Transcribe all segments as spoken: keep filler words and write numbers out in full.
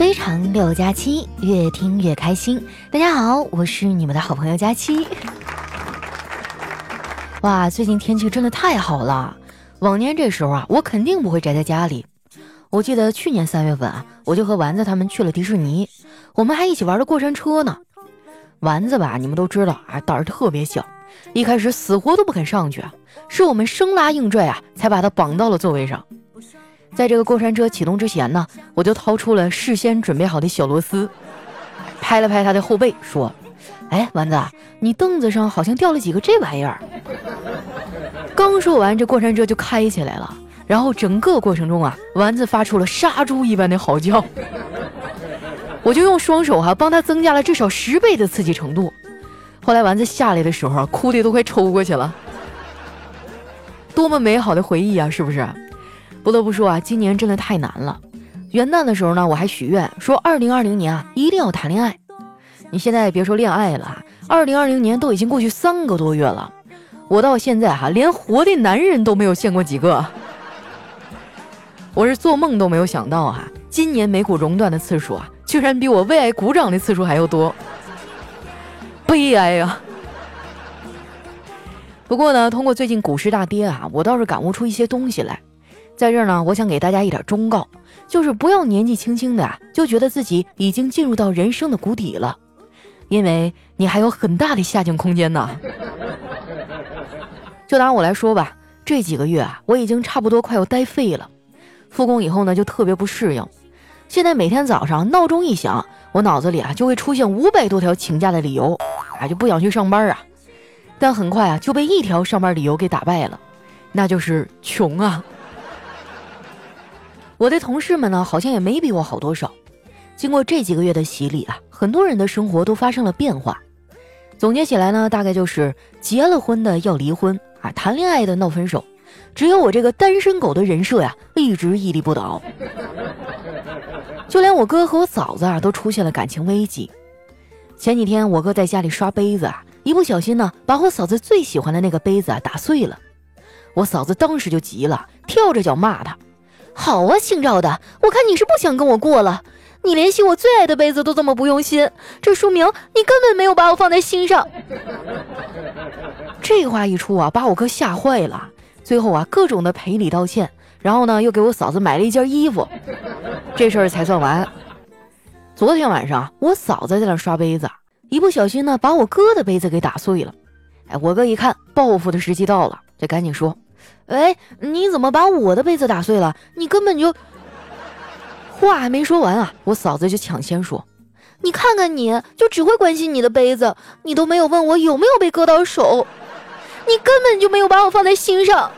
非常六加七，越听越开心。大家好，我是你们的好朋友佳期。哇，最近天气真的太好了，往年这时候啊，我肯定不会宅在家里。我记得去年三月份啊，我就和丸子他们去了迪士尼，我们还一起玩了过山车呢。丸子吧，你们都知道啊，胆儿特别小，一开始死活都不肯上去，是我们生拉硬拽啊，才把他绑到了座位上。在这个过山车启动之前呢，我就掏出了事先准备好的小螺丝，拍了拍他的后背，说：“哎，丸子，你凳子上好像掉了几个这玩意儿。”刚说完，这过山车就开起来了。然后整个过程中啊，丸子发出了杀猪一般的嚎叫，我就用双手哈、啊、帮他增加了至少十倍的刺激程度。后来丸子下来的时候啊，哭的都快抽过去了。多么美好的回忆啊，是不是？不得不说啊，今年真的太难了。元旦的时候呢，我还许愿说二零二零年啊一定要谈恋爱。你现在别说恋爱了，二零二零年都已经过去三个多月了，我到现在哈、啊、连活的男人都没有见过几个。我是做梦都没有想到啊，今年美股熔断的次数啊，居然比我为爱鼓掌的次数还要多，悲哀呀！不过呢，通过最近股市大跌啊，我倒是感悟出一些东西来。在这儿呢，我想给大家一点忠告，就是不要年纪轻轻的啊，就觉得自己已经进入到人生的谷底了，因为你还有很大的下降空间呢。就拿我来说吧，这几个月啊，我已经差不多快要呆废了。复工以后呢，就特别不适应。现在每天早上闹钟一响，我脑子里啊就会出现五百多条请假的理由，啊就不想去上班啊。但很快啊就被一条上班理由给打败了，那就是穷啊。我的同事们呢，好像也没比我好多少。经过这几个月的洗礼啊，很多人的生活都发生了变化。总结起来呢，大概就是结了婚的要离婚啊，谈恋爱的闹分手。只有我这个单身狗的人设呀，一直屹立不倒。就连我哥和我嫂子啊，都出现了感情危机。前几天我哥在家里刷杯子啊，一不小心呢，把我嫂子最喜欢的那个杯子啊打碎了。我嫂子当时就急了，跳着脚骂他：“好啊，姓赵的，我看你是不想跟我过了。你连洗我最爱的杯子都这么不用心，这说明你根本没有把我放在心上。”这话一出啊，把我哥吓坏了。最后啊，各种的赔礼道歉，然后呢，又给我嫂子买了一件衣服，这事儿才算完。昨天晚上，我嫂子在那刷杯子，一不小心呢，把我哥的杯子给打碎了。哎，我哥一看，报复的时机到了，就赶紧说：“哎，你怎么把我的杯子打碎了？你根本就……”话还没说完啊，我嫂子就抢先说：“你看看你，就只会关心你的杯子，你都没有问我有没有被割到手。你根本就没有把我放在心上。”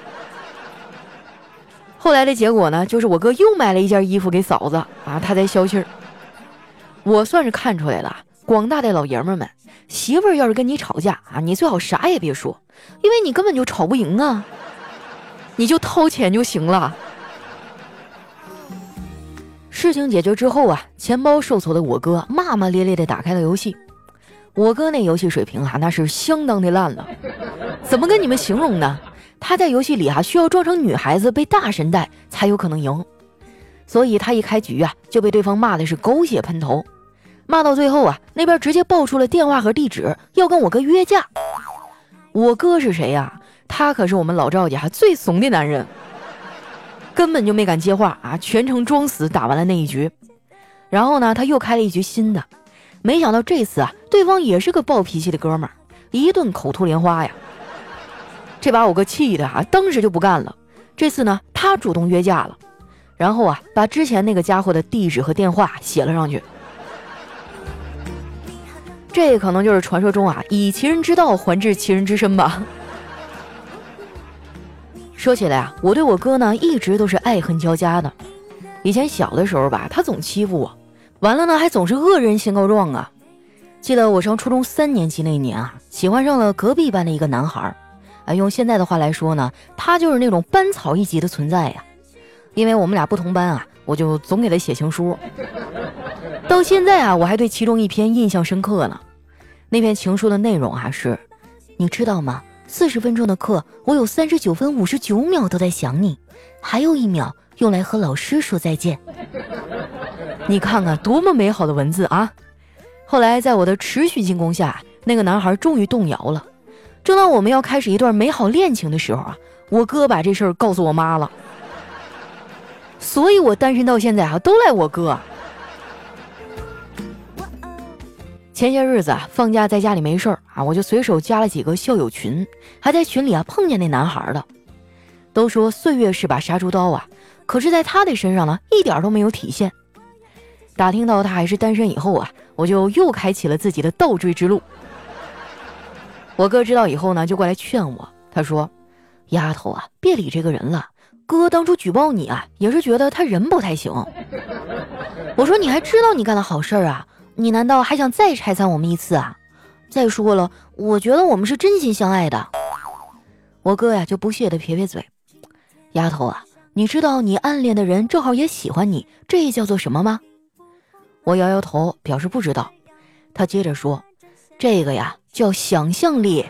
后来的结果呢，就是我哥又买了一件衣服给嫂子啊，他才消气儿。我算是看出来了，广大的老爷们们，媳妇儿要是跟你吵架啊，你最好啥也别说，因为你根本就吵不赢啊，你就掏钱就行了。事情解决之后啊，钱包受挫的我哥骂骂咧咧地打开了游戏。我哥那游戏水平啊，那是相当的烂了。怎么跟你们形容呢？他在游戏里啊，需要装成女孩子被大神带才有可能赢，所以他一开局啊，就被对方骂的是狗血喷头，骂到最后啊，那边直接爆出了电话和地址，要跟我哥约架。我哥是谁呀、啊？他可是我们老赵家最怂的男人，根本就没敢接话啊，全程装死打完了那一局。然后呢，他又开了一局新的。没想到这次啊，对方也是个暴脾气的哥们儿，一顿口吐莲花呀。这把我哥气的啊，当时就不干了。这次呢，他主动约架了，然后啊，把之前那个家伙的地址和电话写了上去。这可能就是传说中啊，以其人之道还治其人之身吧。说起来啊，我对我哥呢，一直都是爱恨交加的。以前小的时候吧，他总欺负我。完了呢，还总是恶人先告状啊！记得我上初中三年级那一年啊，喜欢上了隔壁班的一个男孩，啊，用现在的话来说呢，他就是那种班草一级的存在呀。因为我们俩不同班啊，我就总给他写情书。到现在啊，我还对其中一篇印象深刻呢。那篇情书的内容啊是：你知道吗？四十分钟的课，我有三十九分五十九秒都在想你，还有一秒用来和老师说再见。 你看看多么美好的文字啊！后来在我的持续进攻下，那个男孩终于动摇了。正当我们要开始一段美好恋情的时候啊，我哥把这事儿告诉我妈了。所以我单身到现在啊，都赖我哥。前些日子啊，放假在家里没事儿啊，我就随手加了几个校友群，还在群里啊碰见那男孩了。都说岁月是把杀猪刀啊，可是在他的身上呢，一点都没有体现。打听到他还是单身以后啊，我就又开启了自己的倒追之路。我哥知道以后呢，就过来劝我，他说：“丫头啊，别理这个人了。哥当初举报你啊，也是觉得他人不太行。”我说：“你还知道你干了好事啊？你难道还想再拆散我们一次啊？再说了，我觉得我们是真心相爱的。”我哥呀就不屑地撇撇嘴：“丫头啊，你知道你暗恋的人正好也喜欢你，这叫做什么吗？”我摇摇头，表示不知道。他接着说：“这个呀，叫想象力。”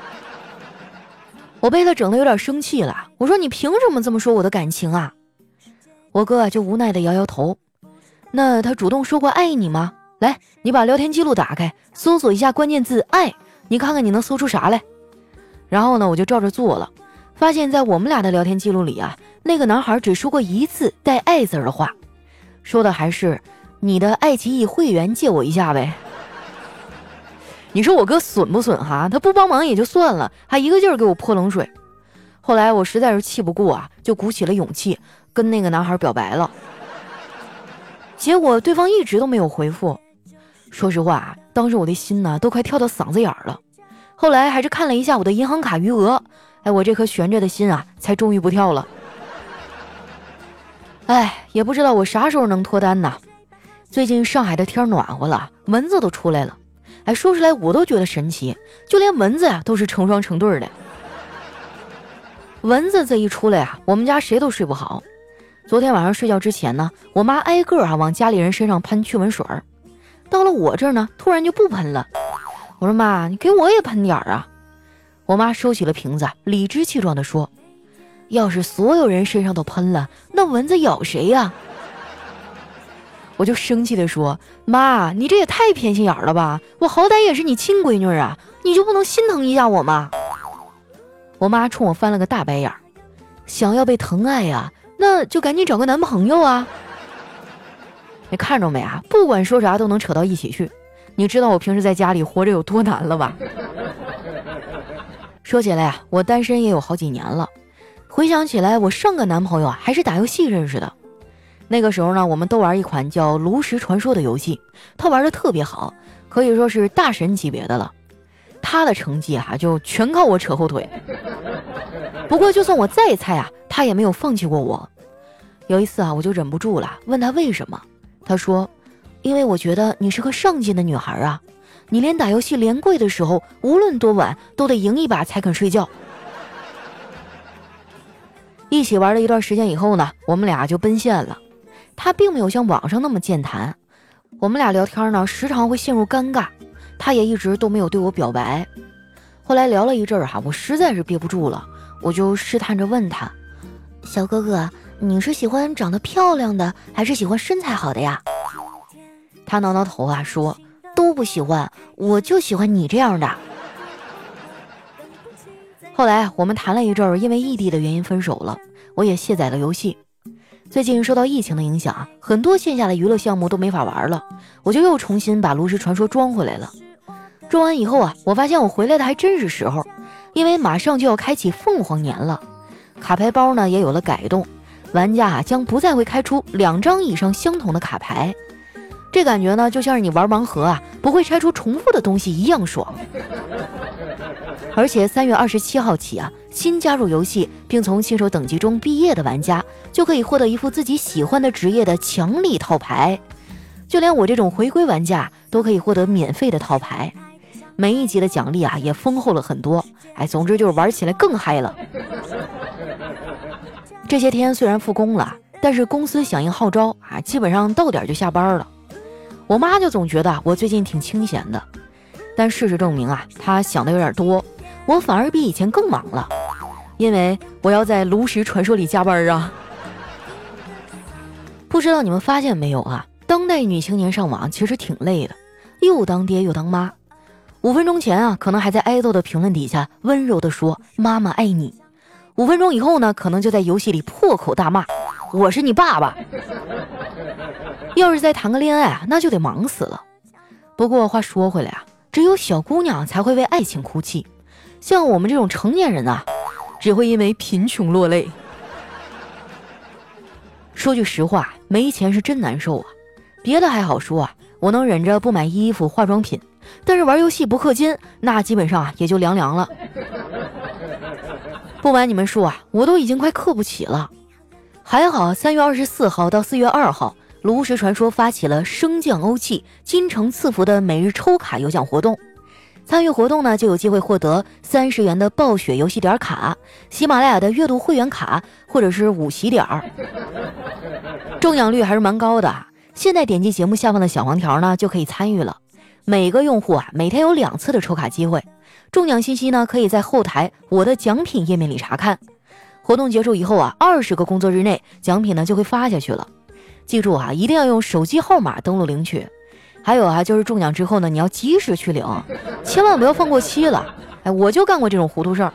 我被他整得有点生气了，我说：“你凭什么这么说我的感情啊？”我哥啊就无奈地摇摇头：“那他主动说过爱你吗？来，你把聊天记录打开，搜索一下关键字爱，你看看你能搜出啥来。”然后呢，我就照着做了，发现在我们俩的聊天记录里啊，那个男孩只说过一次带爱字的话，说的还是你的爱奇艺会员借我一下呗。你说我哥损不损哈？他不帮忙也就算了，还一个劲儿给我泼冷水。后来我实在是气不过啊，就鼓起了勇气跟那个男孩表白了。结果对方一直都没有回复。说实话啊，当时我的心呢都快跳到嗓子眼儿了。后来还是看了一下我的银行卡余额，哎，我这颗悬着的心啊才终于不跳了。哎，也不知道我啥时候能脱单呢。最近上海的天暖和了，蚊子都出来了。哎，说出来我都觉得神奇，就连蚊子呀、啊、都是成双成对的。蚊子这一出来啊，我们家谁都睡不好。昨天晚上睡觉之前呢，我妈挨个啊往家里人身上喷驱蚊水儿，到了我这儿呢，突然就不喷了。我说妈，你给我也喷点儿啊！我妈收起了瓶子，理直气壮地说：“要是所有人身上都喷了，那蚊子咬谁呀？”我就生气地说：“妈，你这也太偏心眼了吧！我好歹也是你亲闺女啊，你就不能心疼一下我吗？”我妈冲我翻了个大白眼儿，想要被疼爱呀、啊，那就赶紧找个男朋友啊！你看着没啊？不管说啥都能扯到一起去。你知道我平时在家里活着有多难了吧？说起来呀、啊，我单身也有好几年了。回想起来，我上个男朋友啊还是打游戏认识的。那个时候呢，我们都玩一款叫《炉石传说》的游戏，他玩的特别好，可以说是大神级别的了。他的成绩啊，就全靠我扯后腿。不过就算我再菜啊，他也没有放弃过我。有一次啊，我就忍不住了，问他为什么。他说：“因为我觉得你是个上进的女孩啊，你连打游戏连跪的时候，无论多晚都得赢一把才肯睡觉。”一起玩了一段时间以后呢，我们俩就奔现了。他并没有像网上那么健谈，我们俩聊天呢，时常会陷入尴尬，他也一直都没有对我表白。后来聊了一阵儿哈，我实在是憋不住了，我就试探着问他：“小哥哥，你是喜欢长得漂亮的，还是喜欢身材好的呀？”他挠挠头啊，说：“都不喜欢，我就喜欢你这样的。”后来我们谈了一阵儿，因为异地的原因分手了，我也卸载了游戏。最近受到疫情的影响啊，很多线下的娱乐项目都没法玩了，我就又重新把炉石传说装回来了。装完以后啊，我发现我回来的还真是时候，因为马上就要开启凤凰年了，卡牌包呢也有了改动，玩家啊将不再会开出两张以上相同的卡牌。这感觉呢，就像是你玩盲盒啊，不会拆出重复的东西一样爽。而且三月二十七号起啊，新加入游戏并从新手等级中毕业的玩家，就可以获得一副自己喜欢的职业的强力套牌。就连我这种回归玩家都可以获得免费的套牌。每一集的奖励啊，也丰厚了很多。哎，总之就是玩起来更嗨了。这些天虽然复工了，但是公司响应号召啊，基本上到点就下班了。我妈就总觉得我最近挺清闲的，但事实证明啊，她想的有点多，我反而比以前更忙了，因为我要在炉石传说里加班啊。不知道你们发现没有啊，当当代女青年上网其实挺累的，又当爹又当妈。五分钟前啊，可能还在爱豆的评论底下温柔地说妈妈爱你，五分钟以后呢，可能就在游戏里破口大骂我是你爸爸。要是再谈个恋爱啊，那就得忙死了。不过话说回来啊，只有小姑娘才会为爱情哭泣，像我们这种成年人啊，只会因为贫穷落泪。说句实话，没钱是真难受啊。别的还好说啊，我能忍着不买衣服化妆品，但是玩游戏不氪金，那基本上啊也就凉凉了。不瞒你们说啊，我都已经快氪不起了。还好三月二十四号到四月二号，炉石传说发起了升降欧气金城赐福的每日抽卡有奖活动。参与活动呢，就有机会获得三十元的暴雪游戏点卡、喜马拉雅的阅读会员卡，或者是五喜点儿。中奖率还是蛮高的，现在点击节目下方的小黄条呢，就可以参与了。每个用户啊，每天有两次的抽卡机会。中奖信息呢，可以在后台我的奖品页面里查看。活动结束以后啊，二十个工作日内奖品呢就会发下去了。记住啊，一定要用手机号码登录领取。还有啊，就是中奖之后呢，你要及时去领，千万不要放过期了。哎，我就干过这种糊涂事儿。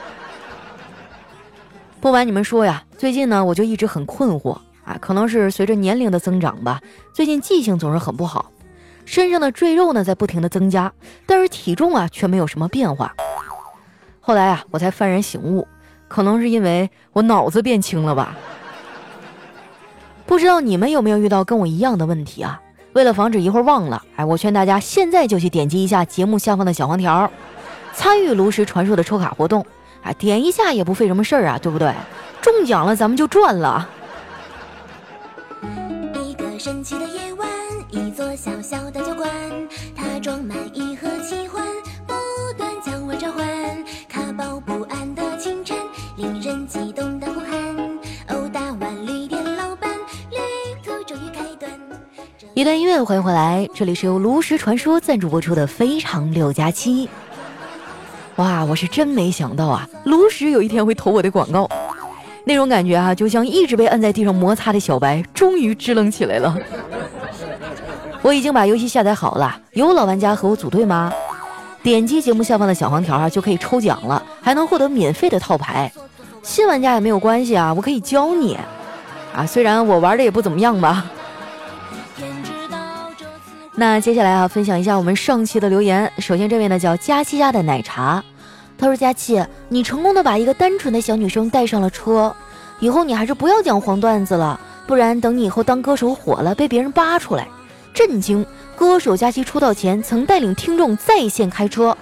不瞒你们说呀，最近呢，我就一直很困惑啊，可能是随着年龄的增长吧，最近记性总是很不好，身上的赘肉呢在不停的增加，但是体重啊却没有什么变化。后来啊，我才幡然醒悟，可能是因为我脑子变轻了吧。不知道你们有没有遇到跟我一样的问题啊？为了防止一会儿忘了，哎，我劝大家现在就去点击一下节目下方的小黄条，参与炉石传说的抽卡活动。哎，点一下也不费什么事儿啊，对不对？中奖了咱们就赚了。 一个神奇的夜晚，一座小小的酒馆，它装满一盒奇幻，不断将我召唤。卡宝不安的清晨，令人激动的呼喊。殴打完旅店老板，旅途终于开端。 一段音乐，欢迎回来，这里是由炉石传说赞助播出的非常六加七。哇，我是真没想到啊，炉石有一天会投我的广告，那种感觉啊，就像一直被摁在地上摩擦的小白终于支棱起来了。我已经把游戏下载好了，有老玩家和我组队吗？点击节目下方的小黄条啊，就可以抽奖了，还能获得免费的套牌。新玩家也没有关系啊，我可以教你啊，虽然我玩的也不怎么样吧。那接下来啊，分享一下我们上期的留言。首先这位呢叫佳期家的奶茶，他说：佳期，你成功的把一个单纯的小女生带上了车，以后你还是不要讲黄段子了，不然等你以后当歌手火了，被别人扒出来，震惊！歌手佳期出道前曾带领听众在线开车。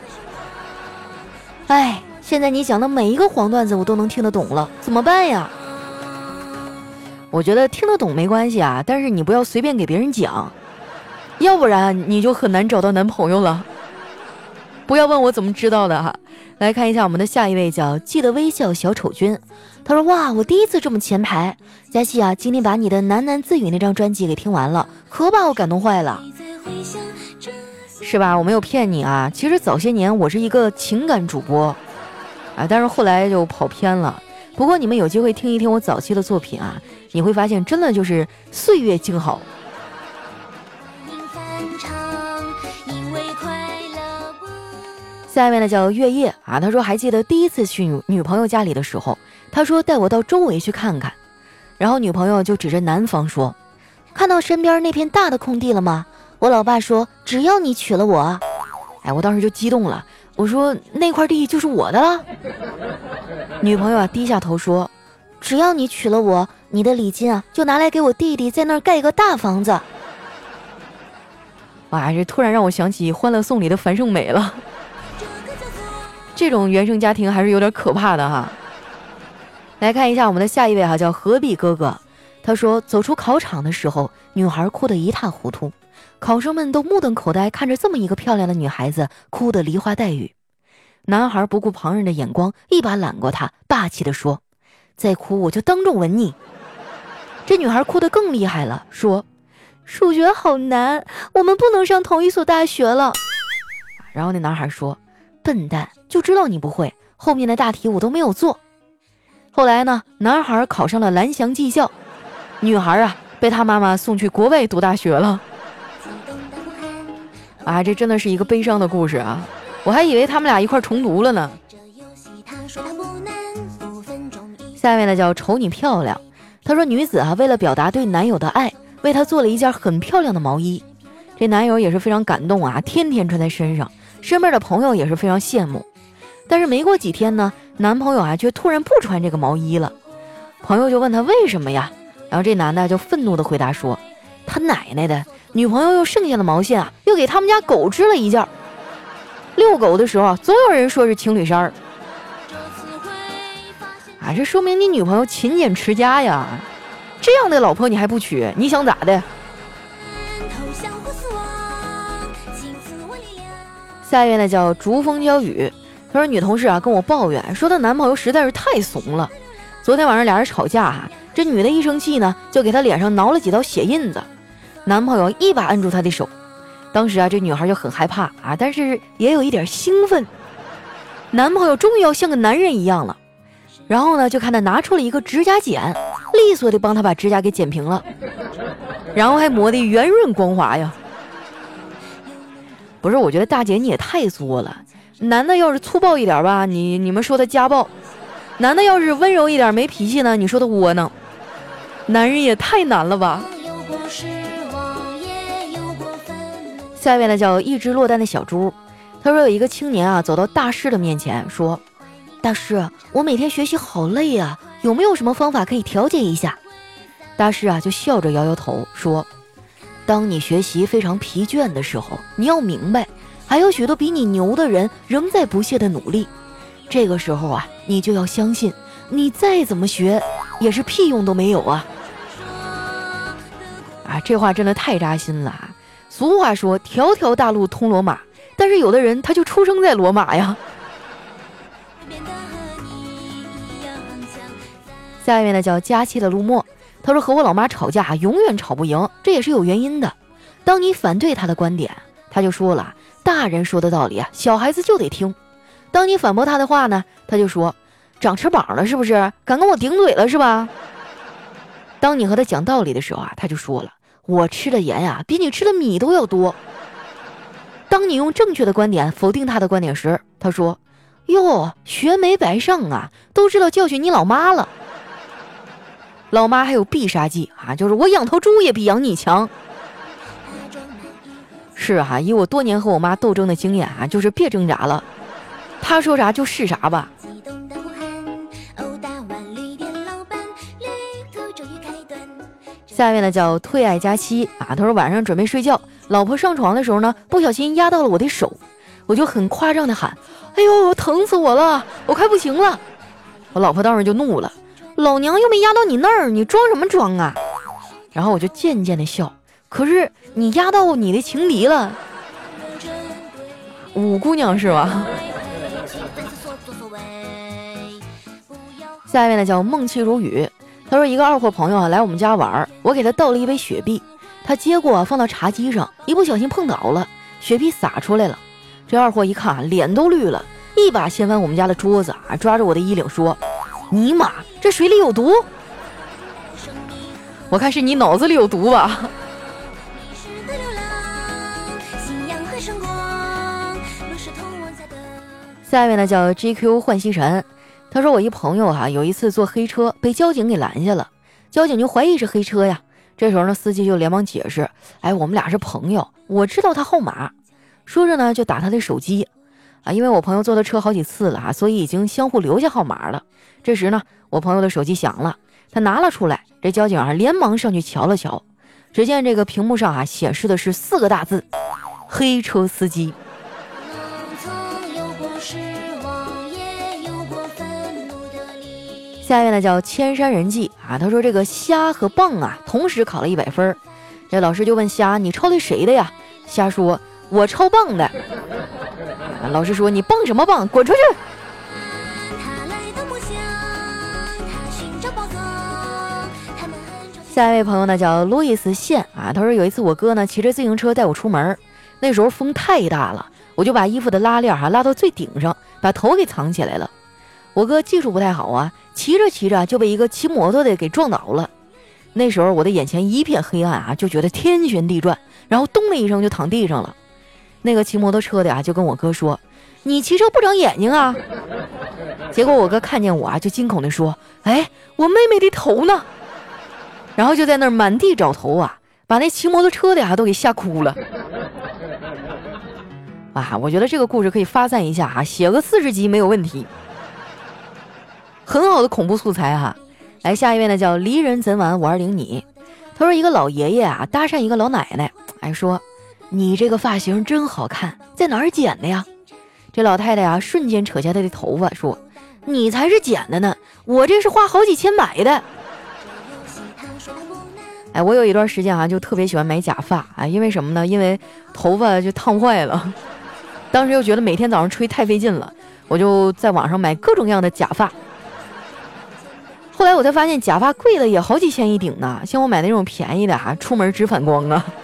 哎，现在你讲的每一个黄段子我都能听得懂了，怎么办呀？我觉得听得懂没关系啊，但是你不要随便给别人讲。要不然你就很难找到男朋友了。不要问我怎么知道的哈。来看一下我们的下一位叫记得微笑小丑君，他说：哇，我第一次这么前排，佳琪啊，今天把你的喃喃自语那张专辑给听完了，可把我感动坏了，是吧？我没有骗你啊，其实早些年我是一个情感主播啊，但是后来就跑偏了。不过你们有机会听一听我早期的作品啊，你会发现真的就是岁月静好。下面呢叫月夜啊，他说还记得第一次去女女朋友家里的时候，他说带我到周围去看看，然后女朋友就指着南方说：看到身边那片大的空地了吗？我老爸说只要你娶了我。哎，我当时就激动了，我说那块地就是我的了。女朋友啊低下头说：只要你娶了我，你的礼金啊就拿来给我弟弟在那儿盖一个大房子。哇，这突然让我想起《欢乐颂》里的樊胜美了。这种原生家庭还是有点可怕的哈。来看一下我们的下一位哈，叫何必哥哥。他说走出考场的时候，女孩哭得一塌糊涂，考生们都目瞪口呆看着这么一个漂亮的女孩子哭得梨花带雨。男孩不顾旁人的眼光，一把揽过她，霸气地说：再哭我就当众吻你。这女孩哭得更厉害了，说：数学好难，我们不能上同一所大学了。然后那男孩说：笨蛋，就知道你不会，后面的大题我都没有做。后来呢，男孩考上了蓝翔技校，女孩啊被他妈妈送去国外读大学了。啊，这真的是一个悲伤的故事啊！我还以为他们俩一块重读了呢。下面呢叫瞅你漂亮，他说女子啊为了表达对男友的爱，为他做了一件很漂亮的毛衣。这男友也是非常感动啊，天天穿在身上，身边的朋友也是非常羡慕。但是没过几天呢，男朋友啊却突然不穿这个毛衣了。朋友就问他为什么呀？然后这男的就愤怒地回答说：“他奶奶的，女朋友用剩下的毛线啊，又给他们家狗织了一件。遛狗的时候啊，总有人说是情侣衫儿。啊，这说明你女朋友勤俭持家呀，这样的老婆你还不娶，你想咋的？”下一位呢叫逐风娇雨，她说女同事啊跟我抱怨说她男朋友实在是太怂了。昨天晚上俩人吵架啊，这女的一生气呢，就给她脸上挠了几道血印子，男朋友一把按住她的手。当时啊，这女孩就很害怕啊，但是也有一点兴奋，男朋友终于要像个男人一样了。然后呢，就看他拿出了一个指甲剪，利索地帮她把指甲给剪平了，然后还磨得圆润光滑呀。不是，我觉得大姐你也太作了，男的要是粗暴一点吧，你你们说他家暴；男的要是温柔一点没脾气呢，你说他窝囊。男人也太难了吧。下一位呢叫一只落单的小猪，他说有一个青年啊走到大师的面前说：“大师，我每天学习好累啊，有没有什么方法可以调节一下？”大师啊就笑着摇摇头说：“当你学习非常疲倦的时候，你要明白，还有许多比你牛的人仍在不懈的努力。这个时候啊，你就要相信，你再怎么学，也是屁用都没有啊！”啊，这话真的太扎心了啊！俗话说，条条大路通罗马，但是有的人他就出生在罗马呀。下一位呢叫佳期的陆墨，他说和我老妈吵架永远吵不赢，这也是有原因的。当你反对他的观点，他就说了，大人说的道理啊，小孩子就得听。当你反驳他的话呢，他就说长翅膀了是不是？敢跟我顶嘴了是吧？当你和他讲道理的时候啊，他就说了，我吃的盐呀、啊，比你吃的米都要多。当你用正确的观点否定他的观点时，他说，哟，学没白上啊，都知道教训你老妈了。老妈还有必杀技啊，就是我养头猪也比养你强。是啊，以我多年和我妈斗争的经验啊，就是别挣扎了，她说啥就是啥吧。下面呢叫退爱佳期啊，他说晚上准备睡觉，老婆上床的时候呢，不小心压到了我的手，我就很夸张的喊，哎呦，疼死我了，我快不行了。我老婆当时就怒了，老娘又没压到你那儿，你装什么装啊？然后我就渐渐的笑，可是你压到你的情敌了，五姑娘是吧？下面呢叫梦气如雨，他说一个二货朋友啊来我们家玩，我给他倒了一杯雪碧，他接过啊放到茶几上，一不小心碰倒了，雪碧洒出来了。这二货一看啊，脸都绿了，一把掀翻我们家的桌子啊，抓着我的衣领说，尼玛，这水里有毒！我看是你脑子里有毒吧。下一位呢叫 G Q 幻西神，他说我一朋友啊有一次坐黑车被交警给拦下了，交警就怀疑是黑车呀。这时候呢司机就连忙解释，哎，我们俩是朋友，我知道他号码。说着呢就打他的手机啊，因为我朋友坐的车好几次了啊，所以已经相互留下号码了。这时呢我朋友的手机响了，他拿了出来，这交警啊连忙上去瞧了瞧，只见这个屏幕上啊显示的是四个大字，黑车司机。下一位呢叫千山人迹啊，他说这个虾和蚌啊同时考了一百分，这老师就问虾，你抄的谁的呀？虾说，我抄蚌的。啊、老师说，你蚌什么蚌，滚出去。下一位朋友呢叫路易斯线啊，他说有一次我哥呢骑着自行车带我出门，那时候风太大了，我就把衣服的拉链哈、啊、拉到最顶上，把头给藏起来了。我哥技术不太好啊，骑着骑着就被一个骑摩托的给撞倒了。 那时候我的眼前一片黑暗啊，就觉得天旋地转，然后咚的一声就躺地上了。那个骑摩托车的啊，就跟我哥说：“你骑车不长眼睛啊！”结果我哥看见我啊，就惊恐地说：“哎，我妹妹的头呢？”然后就在那儿满地找头啊，把那骑摩托车的啊都给吓哭了。啊，我觉得这个故事可以发散一下啊，写个四十集没有问题，很好的恐怖素材哈、啊。来，下一位呢叫离人怎晚五二零你，他说一个老爷爷啊搭讪一个老奶奶，哎说你这个发型真好看，在哪儿剪的呀？这老太太呀、啊、瞬间扯下她的头发说，你才是剪的呢，我这是花好几千买的。哎，我有一段时间啊就特别喜欢买假发啊，因为什么呢？因为头发就烫坏了，当时又觉得每天早上吹太费劲了，我就在网上买各种各样的假发。后来我才发现假发贵了也好几千一顶呢，像我买那种便宜的啊，出门直反光啊。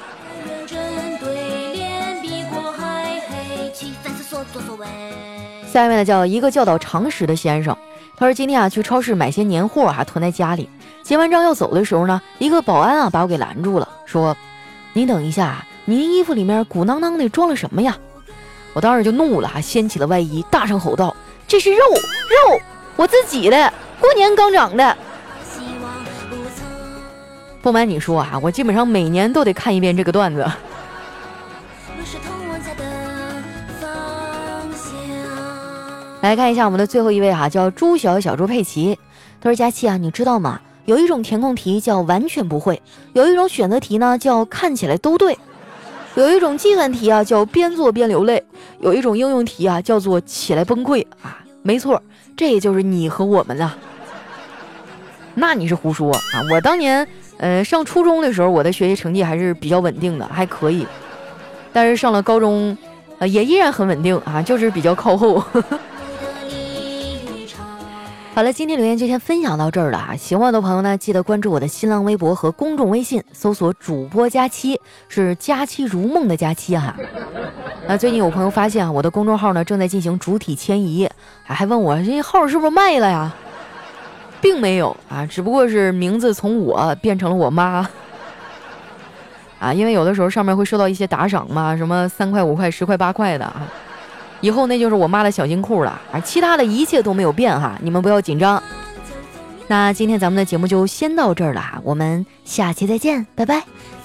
下一位呢叫一个教导常识的先生，他说今天啊去超市买些年货啊囤在家里，结完账要走的时候呢，一个保安啊把我给拦住了，说您等一下，您衣服里面鼓囊囊的装了什么呀？我当时就怒了，掀起了外衣，大声吼道，这是肉肉，我自己的，过年刚长的。不瞒你说啊，我基本上每年都得看一遍这个段子。来看一下我们的最后一位哈、啊，叫朱小小猪佩奇。他说佳期啊，你知道吗？有一种填空题叫完全不会，有一种选择题呢叫看起来都对，有一种计算题啊叫边做边流泪，有一种应用题啊叫做起来崩溃啊。没错，这就是你和我们啊。那你是胡说啊！我当年呃上初中的时候，我的学习成绩还是比较稳定的，还可以。但是上了高中，呃也依然很稳定啊，就是比较靠后。好了，今天留言就先分享到这儿了啊！喜欢我的朋友呢，记得关注我的新浪微博和公众微信，搜索主播佳期，是佳期如梦的佳期哈、啊。那最近有朋友发现啊，我的公众号呢正在进行主体迁移，还问我这号是不是卖了呀？并没有啊，只不过是名字从我变成了我妈啊，因为有的时候上面会收到一些打赏嘛，什么三块、五块、十块、八块的啊。以后那就是我妈的小金库了啊，其他的一切都没有变哈，你们不要紧张。那今天咱们的节目就先到这儿了哈，我们下期再见，拜拜。